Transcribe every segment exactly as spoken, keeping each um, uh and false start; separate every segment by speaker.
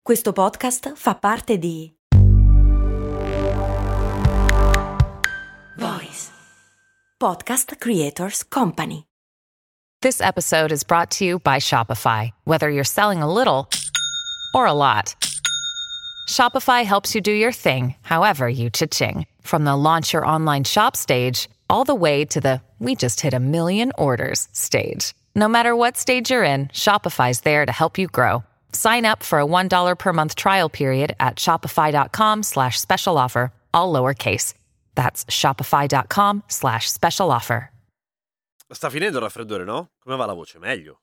Speaker 1: Questo podcast fa parte di Voice Podcast Creators Company.
Speaker 2: This episode is brought to you by Shopify. Whether you're selling a little or a lot, Shopify helps you do your thing, however you cha-ching. From the launch your online shop stage, all the way to the we just hit a million orders stage. No matter what stage you're in, Shopify's there to help you grow. Sign up for a one dollar per month trial period at shopify.com slash special offer, all lowercase. That's shopify.com slash special offer.
Speaker 3: Sta finendo il raffreddore, no? Come va la voce? Meglio.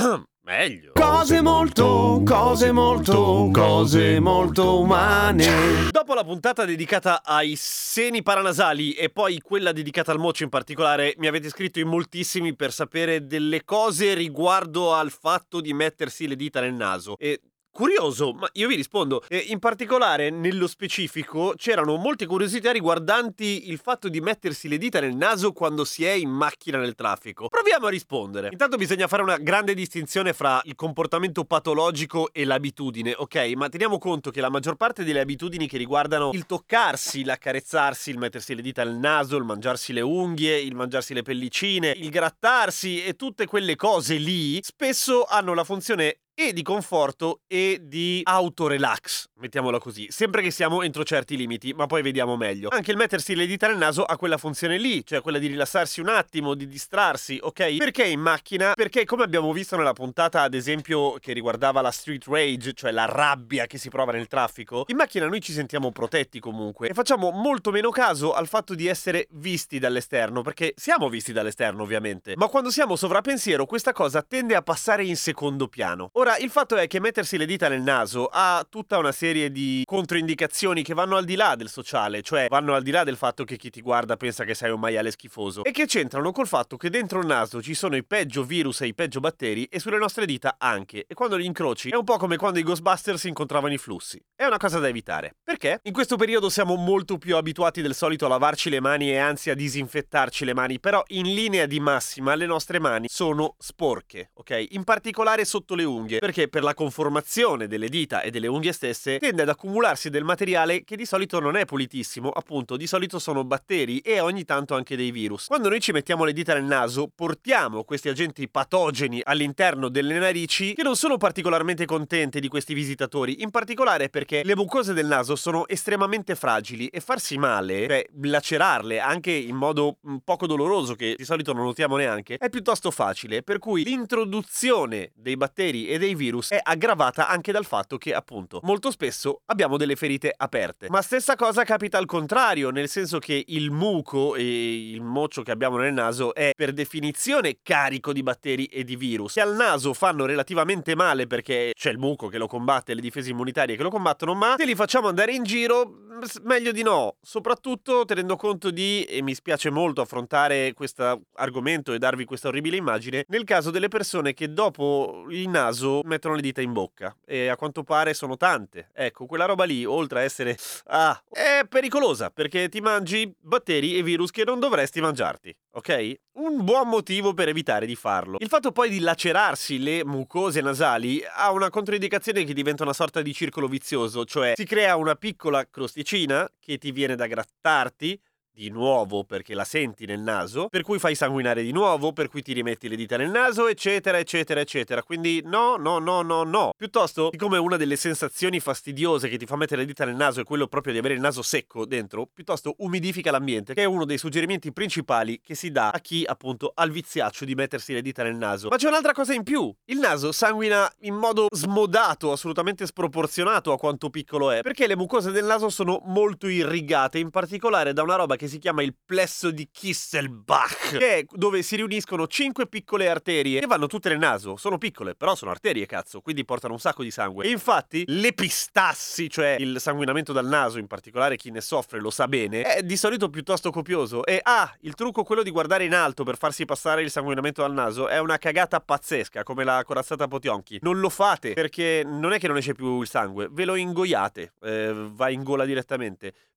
Speaker 3: Meglio.
Speaker 4: Cose molto, cose molto, cose molto umane.
Speaker 3: Dopo la puntata dedicata ai seni paranasali e poi quella dedicata al mocio in particolare, mi avete scritto in moltissimi per sapere delle cose riguardo al fatto di mettersi le dita nel naso. E curioso, ma io vi rispondo. E in particolare, nello specifico, c'erano molte curiosità riguardanti il fatto di mettersi le dita nel naso quando si è in macchina nel traffico. Proviamo a rispondere. Intanto bisogna fare una grande distinzione fra il comportamento patologico e l'abitudine, ok? Ma teniamo conto che la maggior parte delle abitudini che riguardano il toccarsi, l'accarezzarsi, il mettersi le dita nel naso, il mangiarsi le unghie, il mangiarsi le pellicine, il grattarsi e tutte quelle cose lì, spesso hanno la funzione e di conforto e di autorelax, mettiamola così, sempre che siamo entro certi limiti, ma poi vediamo meglio. Anche il mettersi le dita nel naso ha quella funzione lì, cioè quella di rilassarsi un attimo, di distrarsi, ok? Perché in macchina? Perché come abbiamo visto nella puntata, ad esempio, che riguardava la street rage, cioè la rabbia che si prova nel traffico, in macchina noi ci sentiamo protetti comunque e facciamo molto meno caso al fatto di essere visti dall'esterno, perché siamo visti dall'esterno ovviamente, ma quando siamo sovrappensiero questa cosa tende a passare in secondo piano. Ora, il fatto è che mettersi le dita nel naso ha tutta una serie di controindicazioni che vanno al di là del sociale, cioè vanno al di là del fatto che chi ti guarda pensa che sei un maiale schifoso, e che c'entrano col fatto che dentro il naso ci sono i peggio virus e i peggio batteri e sulle nostre dita anche, e quando li incroci è un po' come quando i Ghostbusters incontravano i flussi. È una cosa da evitare. Perché? In questo periodo siamo molto più abituati del solito a lavarci le mani e anzi a disinfettarci le mani, però in linea di massima le nostre mani sono sporche, ok? In particolare sotto le unghie, perché per la conformazione delle dita e delle unghie stesse tende ad accumularsi del materiale che di solito non è pulitissimo, appunto di solito sono batteri e ogni tanto anche dei virus. Quando noi ci mettiamo le dita nel naso portiamo questi agenti patogeni all'interno delle narici che non sono particolarmente contente di questi visitatori, in particolare perché le mucose del naso sono estremamente fragili e farsi male, cioè lacerarle anche in modo poco doloroso che di solito non notiamo neanche, è piuttosto facile, per cui l'introduzione dei batteri e dei virus è aggravata anche dal fatto che appunto molto spesso abbiamo delle ferite aperte. Ma stessa cosa capita al contrario, nel senso che il muco e il mocio che abbiamo nel naso è per definizione carico di batteri e di virus, che al naso fanno relativamente male perché c'è il muco che lo combatte, le difese immunitarie che lo combattono, ma se li facciamo andare in giro meglio di no, soprattutto tenendo conto di, e mi spiace molto affrontare questo argomento e darvi questa orribile immagine, nel caso delle persone che dopo il naso mettono le dita in bocca, e a quanto pare sono tante. Ecco, quella roba lì, oltre a essere ah, è pericolosa, perché ti mangi batteri e virus che non dovresti mangiarti, ok? Un buon motivo per evitare di farlo. Il fatto poi di lacerarsi le mucose nasali ha una controindicazione che diventa una sorta di circolo vizioso, cioè si crea una piccola crosticina che ti viene da grattarti di nuovo perché la senti nel naso, per cui fai sanguinare di nuovo, per cui ti rimetti le dita nel naso, eccetera, eccetera, eccetera. Quindi no, no, no, no, no. Piuttosto, siccome una delle sensazioni fastidiose che ti fa mettere le dita nel naso è quello proprio di avere il naso secco dentro, piuttosto umidifica l'ambiente, che è uno dei suggerimenti principali che si dà a chi appunto ha il viziaccio di mettersi le dita nel naso. Ma c'è un'altra cosa in più. Il naso sanguina in modo smodato, assolutamente sproporzionato a quanto piccolo è, perché le mucose del naso sono molto irrigate, in particolare da una roba che si chiama il plesso di Kisselbach, che è dove si riuniscono cinque piccole arterie che vanno tutte nel naso. Sono piccole, però sono arterie, cazzo, quindi portano un sacco di sangue. E infatti l'epistassi, cioè il sanguinamento dal naso, in particolare chi ne soffre lo sa bene, è di solito piuttosto copioso. E ah, il trucco quello di guardare in alto per farsi passare il sanguinamento dal naso è una cagata pazzesca, come la corazzata Potionchi. Non lo fate, perché non è che non esce più il sangue, ve lo ingoiate, eh, va in gola direttamente.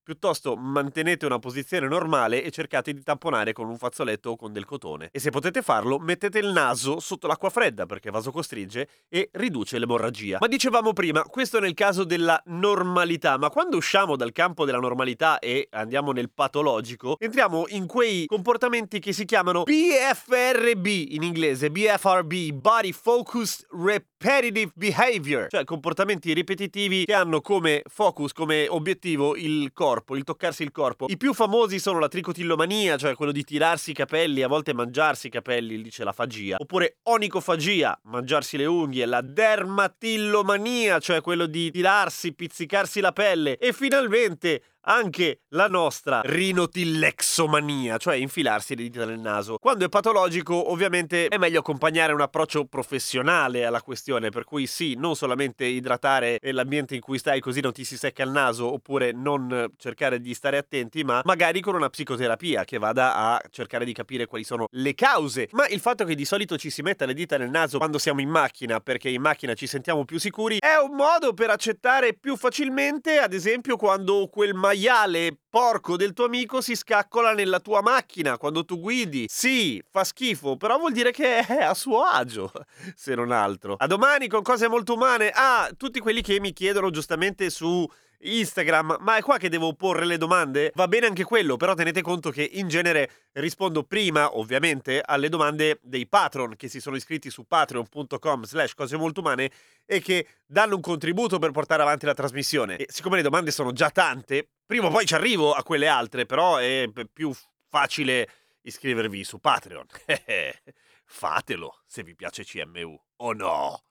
Speaker 3: Piuttosto mantenete una posizione normale e cercate di tamponare con un fazzoletto o con del cotone. E se potete farlo, mettete il naso sotto l'acqua fredda perché vasocostringe e riduce l'emorragia. Ma dicevamo prima, questo nel caso della normalità, ma quando usciamo dal campo della normalità e andiamo nel patologico, entriamo in quei comportamenti che si chiamano B F R B in inglese, B F R B, Body Focused Repetitive Behavior, cioè comportamenti ripetitivi che hanno come focus, come obiettivo il corpo, il toccarsi il corpo. I più famosi sono la tricotillomania, cioè quello di tirarsi i capelli, a volte mangiarsi i capelli, dice la fagia, oppure onicofagia, mangiarsi le unghie, la dermatillomania, cioè quello di tirarsi, pizzicarsi la pelle, e finalmente anche la nostra rinotillexomania, cioè infilarsi le dita nel naso. Quando è patologico, ovviamente è meglio accompagnare un approccio professionale alla questione, per cui sì, non solamente idratare l'ambiente in cui stai così non ti si secca il naso, oppure non cercare di stare attenti, ma magari con una psicoterapia che vada a cercare di capire quali sono le cause. Ma il fatto che di solito ci si metta le dita nel naso quando siamo in macchina, perché in macchina ci sentiamo più sicuri, è un modo per accettare più facilmente, ad esempio, quando quel maiale porco del tuo amico si scaccola nella tua macchina quando tu guidi. Sì, fa schifo, però vuol dire che è a suo agio, se non altro. A domani con cose molto umane. Ah, tutti quelli che mi chiedono giustamente su Instagram, ma è qua che devo porre le domande? Va bene anche quello, però tenete conto che in genere rispondo prima, ovviamente, alle domande dei patron che si sono iscritti su patreon punto com slash cose molto umane e che danno un contributo per portare avanti la trasmissione. E siccome le domande sono già tante, prima o poi ci arrivo a quelle altre, però è più facile iscrivervi su Patreon. Fatelo se vi piace C M U, o no?